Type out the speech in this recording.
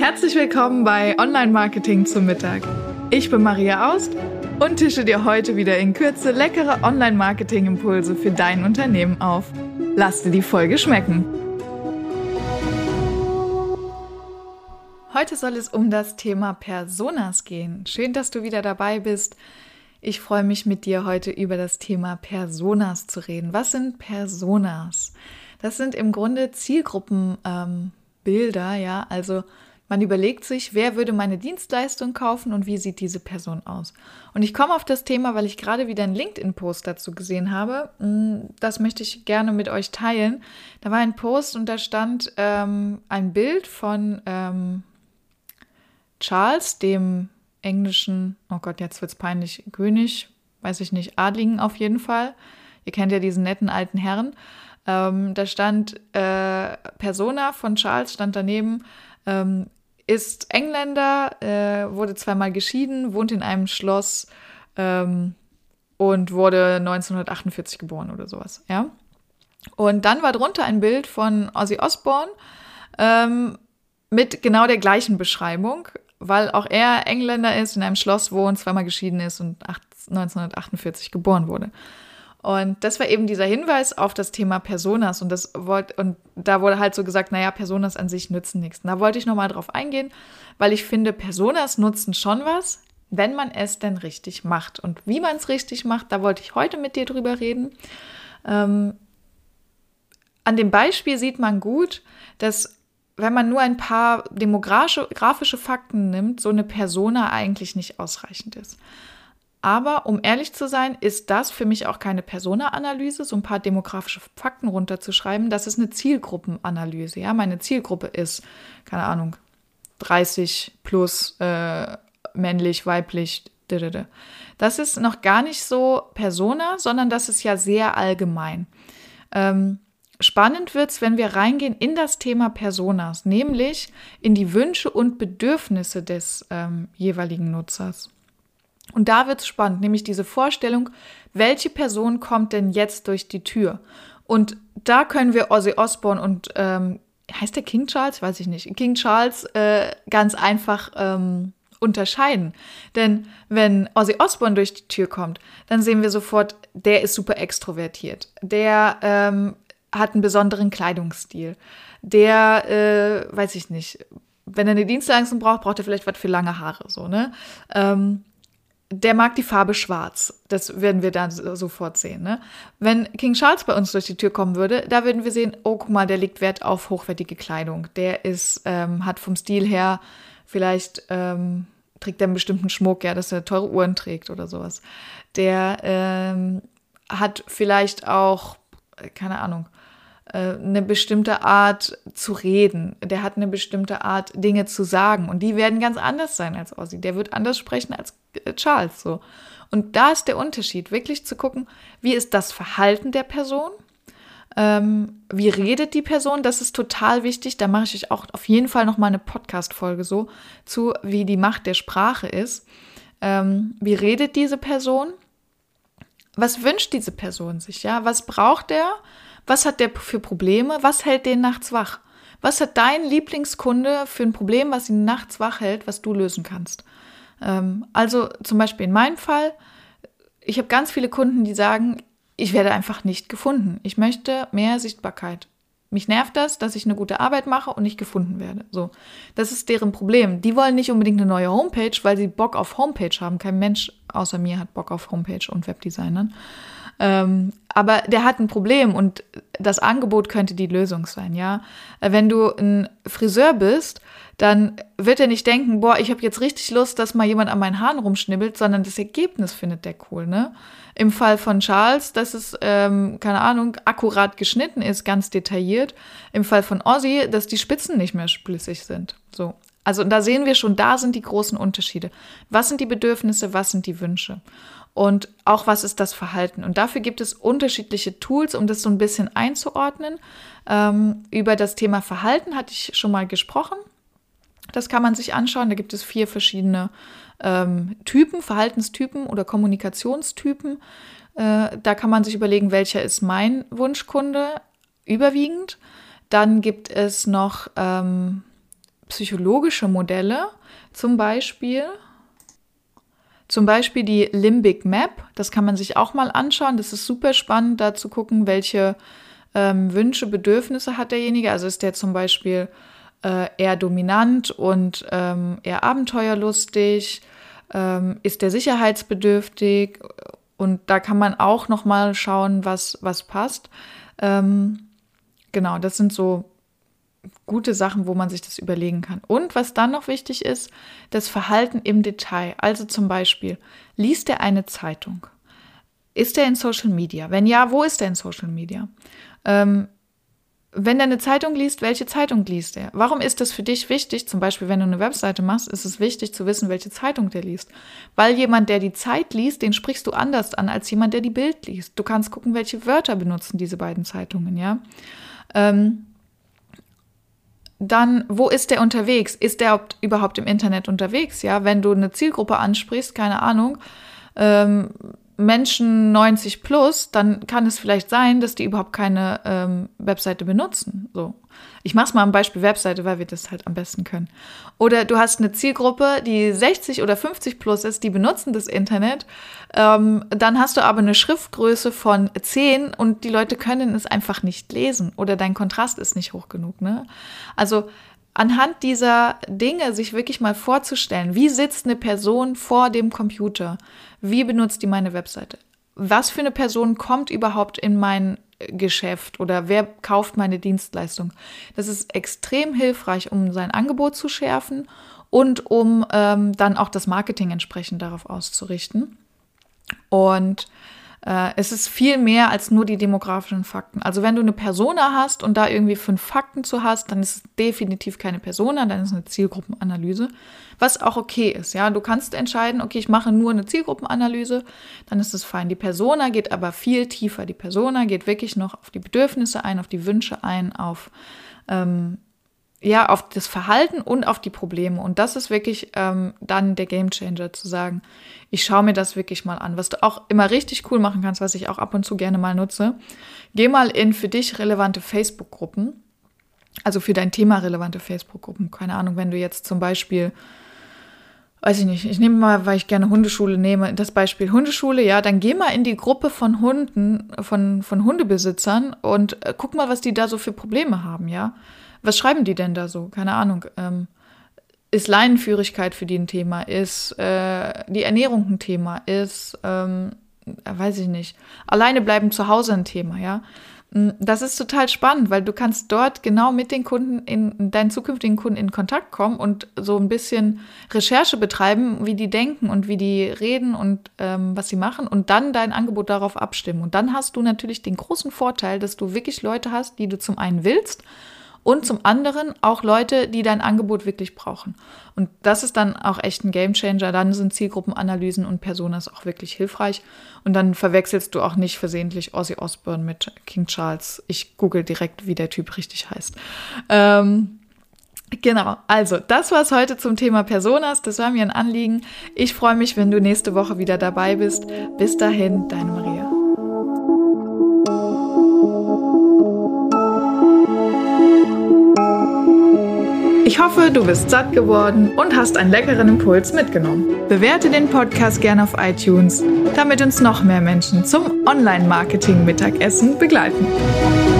Herzlich willkommen bei Online-Marketing zum Mittag. Ich bin Maria Aust und tische dir heute wieder in Kürze leckere Online-Marketing-Impulse für dein Unternehmen auf. Lass dir die Folge schmecken. Heute soll es um das Thema Personas gehen. Schön, dass du wieder dabei bist. Ich freue mich, mit dir heute über das Thema Personas zu reden. Was sind Personas? Das sind im Grunde Zielgruppenbilder, ja, also man überlegt sich, wer würde meine Dienstleistung kaufen und wie sieht diese Person aus. Und ich komme auf das Thema, weil ich gerade wieder einen LinkedIn-Post dazu gesehen habe. Das möchte ich gerne mit euch teilen. Da war ein Post und da stand ein Bild von Charles, dem englischen, oh Gott, jetzt wird's peinlich, König, weiß ich nicht, Adligen auf jeden Fall. Ihr kennt ja diesen netten alten Herrn. Da stand Persona von Charles, stand daneben, ist Engländer, wurde zweimal geschieden, wohnt in einem Schloss und wurde 1948 geboren oder sowas, ja. Und dann war drunter ein Bild von Ozzy Osbourne mit genau der gleichen Beschreibung, weil auch er Engländer ist, in einem Schloss wohnt, zweimal geschieden ist und 1948 geboren wurde. Und das war eben dieser Hinweis auf das Thema Personas und da wurde halt so gesagt, naja, Personas an sich nützen nichts. Und da wollte ich nochmal drauf eingehen, weil ich finde, Personas nutzen schon was, wenn man es denn richtig macht. Und wie man es richtig macht, da wollte ich heute mit dir drüber reden. An dem Beispiel sieht man gut, dass wenn man nur ein paar demografische Fakten nimmt, so eine Persona eigentlich nicht ausreichend ist. Aber um ehrlich zu sein, ist das für mich auch keine Persona-Analyse, so ein paar demografische Fakten runterzuschreiben. Das ist eine Zielgruppenanalyse. Ja? Meine Zielgruppe ist, keine Ahnung, 30 plus, männlich, weiblich. Das ist noch gar nicht so Persona, sondern das ist ja sehr allgemein. Spannend wird's, wenn wir reingehen in das Thema Personas, nämlich in die Wünsche und Bedürfnisse des jeweiligen Nutzers. Und da wird's spannend, nämlich diese Vorstellung, welche Person kommt denn jetzt durch die Tür? Und da können wir Ozzy Osbourne und, heißt der King Charles? Weiß ich nicht. King Charles ganz einfach unterscheiden. Denn wenn Ozzy Osbourne durch die Tür kommt, dann sehen wir sofort, der ist super extrovertiert. Der hat einen besonderen Kleidungsstil. Der, weiß ich nicht, wenn er eine Dienstleistung braucht, braucht er vielleicht was für lange Haare, so, ne? Der mag die Farbe schwarz. Das werden wir dann sofort sehen, ne? Wenn King Charles bei uns durch die Tür kommen würde, da würden wir sehen, oh, guck mal, der legt Wert auf hochwertige Kleidung. Der ist, hat vom Stil her, vielleicht trägt er einen bestimmten Schmuck, ja, dass er teure Uhren trägt oder sowas. Der hat vielleicht auch, keine Ahnung, eine bestimmte Art zu reden. Der hat eine bestimmte Art, Dinge zu sagen. Und die werden ganz anders sein als Ozzy. Der wird anders sprechen als Charles. So. Und da ist der Unterschied, wirklich zu gucken, wie ist das Verhalten der Person? Wie redet die Person? Das ist total wichtig. Da mache ich euch auch auf jeden Fall nochmal eine Podcast-Folge so zu, wie die Macht der Sprache ist. Wie redet diese Person? Was wünscht diese Person sich? Ja? Was braucht der? Was hat der für Probleme? Was hält den nachts wach? Was hat dein Lieblingskunde für ein Problem, was ihn nachts wach hält, was du lösen kannst? Also zum Beispiel in meinem Fall, ich habe ganz viele Kunden, die sagen, ich werde einfach nicht gefunden. Ich möchte mehr Sichtbarkeit. Mich nervt das, dass ich eine gute Arbeit mache und nicht gefunden werde. So, das ist deren Problem. Die wollen nicht unbedingt eine neue Homepage, weil sie Bock auf Homepage haben. Kein Mensch außer mir hat Bock auf Homepage und Webdesignern. Aber der hat ein Problem und das Angebot könnte die Lösung sein, ja. Wenn du ein Friseur bist, dann wird er nicht denken, boah, ich habe jetzt richtig Lust, dass mal jemand an meinen Haaren rumschnibbelt, sondern das Ergebnis findet der cool, ne? Im Fall von Charles, dass es, keine Ahnung, akkurat geschnitten ist, ganz detailliert. Im Fall von Ozzy, dass die Spitzen nicht mehr splissig sind, so. Also da sehen wir schon, da sind die großen Unterschiede. Was sind die Bedürfnisse, was sind die Wünsche? Und auch, was ist das Verhalten? Und dafür gibt es unterschiedliche Tools, um das so ein bisschen einzuordnen. Über das Thema Verhalten hatte ich schon mal gesprochen. Das kann man sich anschauen. Da gibt es 4 verschiedene Typen, Verhaltenstypen oder Kommunikationstypen. Da kann man sich überlegen, welcher ist mein Wunschkunde überwiegend. Dann gibt es noch psychologische Modelle, zum Beispiel die Limbic Map. Das kann man sich auch mal anschauen. Das ist super spannend, da zu gucken, welche Wünsche, Bedürfnisse hat derjenige. Also ist der zum Beispiel eher dominant und eher abenteuerlustig, ist der sicherheitsbedürftig, und da kann man auch nochmal schauen, was passt. Genau, das sind so gute Sachen, wo man sich das überlegen kann. Und was dann noch wichtig ist, das Verhalten im Detail. Also zum Beispiel, liest er eine Zeitung? Ist er in Social Media? Wenn ja, wo ist er in Social Media? Wenn er eine Zeitung liest, welche Zeitung liest er? Warum ist das für dich wichtig? Zum Beispiel, wenn du eine Webseite machst, ist es wichtig zu wissen, welche Zeitung der liest. Weil jemand, der die Zeit liest, den sprichst du anders an als jemand, der die Bild liest. Du kannst gucken, welche Wörter benutzen diese beiden Zeitungen, ja. Dann, wo ist der unterwegs? Ist der überhaupt im Internet unterwegs? Ja, wenn du eine Zielgruppe ansprichst, keine Ahnung, Menschen 90 plus, dann kann es vielleicht sein, dass die überhaupt keine Webseite benutzen. So. Ich mache es mal am Beispiel Webseite, weil wir das halt am besten können. Oder du hast eine Zielgruppe, die 60 oder 50 plus ist, die benutzen das Internet. Dann hast du aber eine Schriftgröße von 10 und die Leute können es einfach nicht lesen oder dein Kontrast ist nicht hoch genug. Ne? Also anhand dieser Dinge sich wirklich mal vorzustellen, wie sitzt eine Person vor dem Computer? Wie benutzt die meine Webseite? Was für eine Person kommt überhaupt in mein Geschäft oder wer kauft meine Dienstleistung? Das ist extrem hilfreich, um sein Angebot zu schärfen und um dann auch das Marketing entsprechend darauf auszurichten. Und es ist viel mehr als nur die demografischen Fakten. Also wenn du eine Persona hast und da irgendwie 5 Fakten zu hast, dann ist es definitiv keine Persona, dann ist es eine Zielgruppenanalyse, was auch okay ist. Ja, du kannst entscheiden, okay, ich mache nur eine Zielgruppenanalyse, dann ist es fein. Die Persona geht aber viel tiefer. Die Persona geht wirklich noch auf die Bedürfnisse ein, auf die Wünsche ein, auf das Verhalten und auf die Probleme. Und das ist wirklich dann der Gamechanger, zu sagen, ich schaue mir das wirklich mal an. Was du auch immer richtig cool machen kannst, was ich auch ab und zu gerne mal nutze, geh mal in für dich relevante Facebook-Gruppen, also für dein Thema relevante Facebook-Gruppen. Keine Ahnung, wenn du jetzt zum Beispiel, weiß ich nicht, ich nehme mal, weil ich gerne Hundeschule nehme, das Beispiel Hundeschule, ja, dann geh mal in die Gruppe von Hunden, von Hundebesitzern und guck mal, was die da so für Probleme haben, ja. Was schreiben die denn da so? Keine Ahnung. Ist Leinenführigkeit für die ein Thema? Ist die Ernährung ein Thema? Ist, weiß ich nicht, alleine bleiben zu Hause ein Thema, ja? Das ist total spannend, weil du kannst dort genau mit den Kunden, deinen zukünftigen Kunden in Kontakt kommen und so ein bisschen Recherche betreiben, wie die denken und wie die reden und was sie machen und dann dein Angebot darauf abstimmen. Und dann hast du natürlich den großen Vorteil, dass du wirklich Leute hast, die du zum einen willst, und zum anderen auch Leute, die dein Angebot wirklich brauchen. Und das ist dann auch echt ein Gamechanger. Dann sind Zielgruppenanalysen und Personas auch wirklich hilfreich. Und dann verwechselst du auch nicht versehentlich Ozzy Osbourne mit King Charles. Ich google direkt, wie der Typ richtig heißt. Genau, also das war es heute zum Thema Personas. Das war mir ein Anliegen. Ich freue mich, wenn du nächste Woche wieder dabei bist. Bis dahin, deine Maria. Ich hoffe, du bist satt geworden und hast einen leckeren Impuls mitgenommen. Bewerte den Podcast gerne auf iTunes, damit uns noch mehr Menschen zum Online-Marketing-Mittagessen begleiten.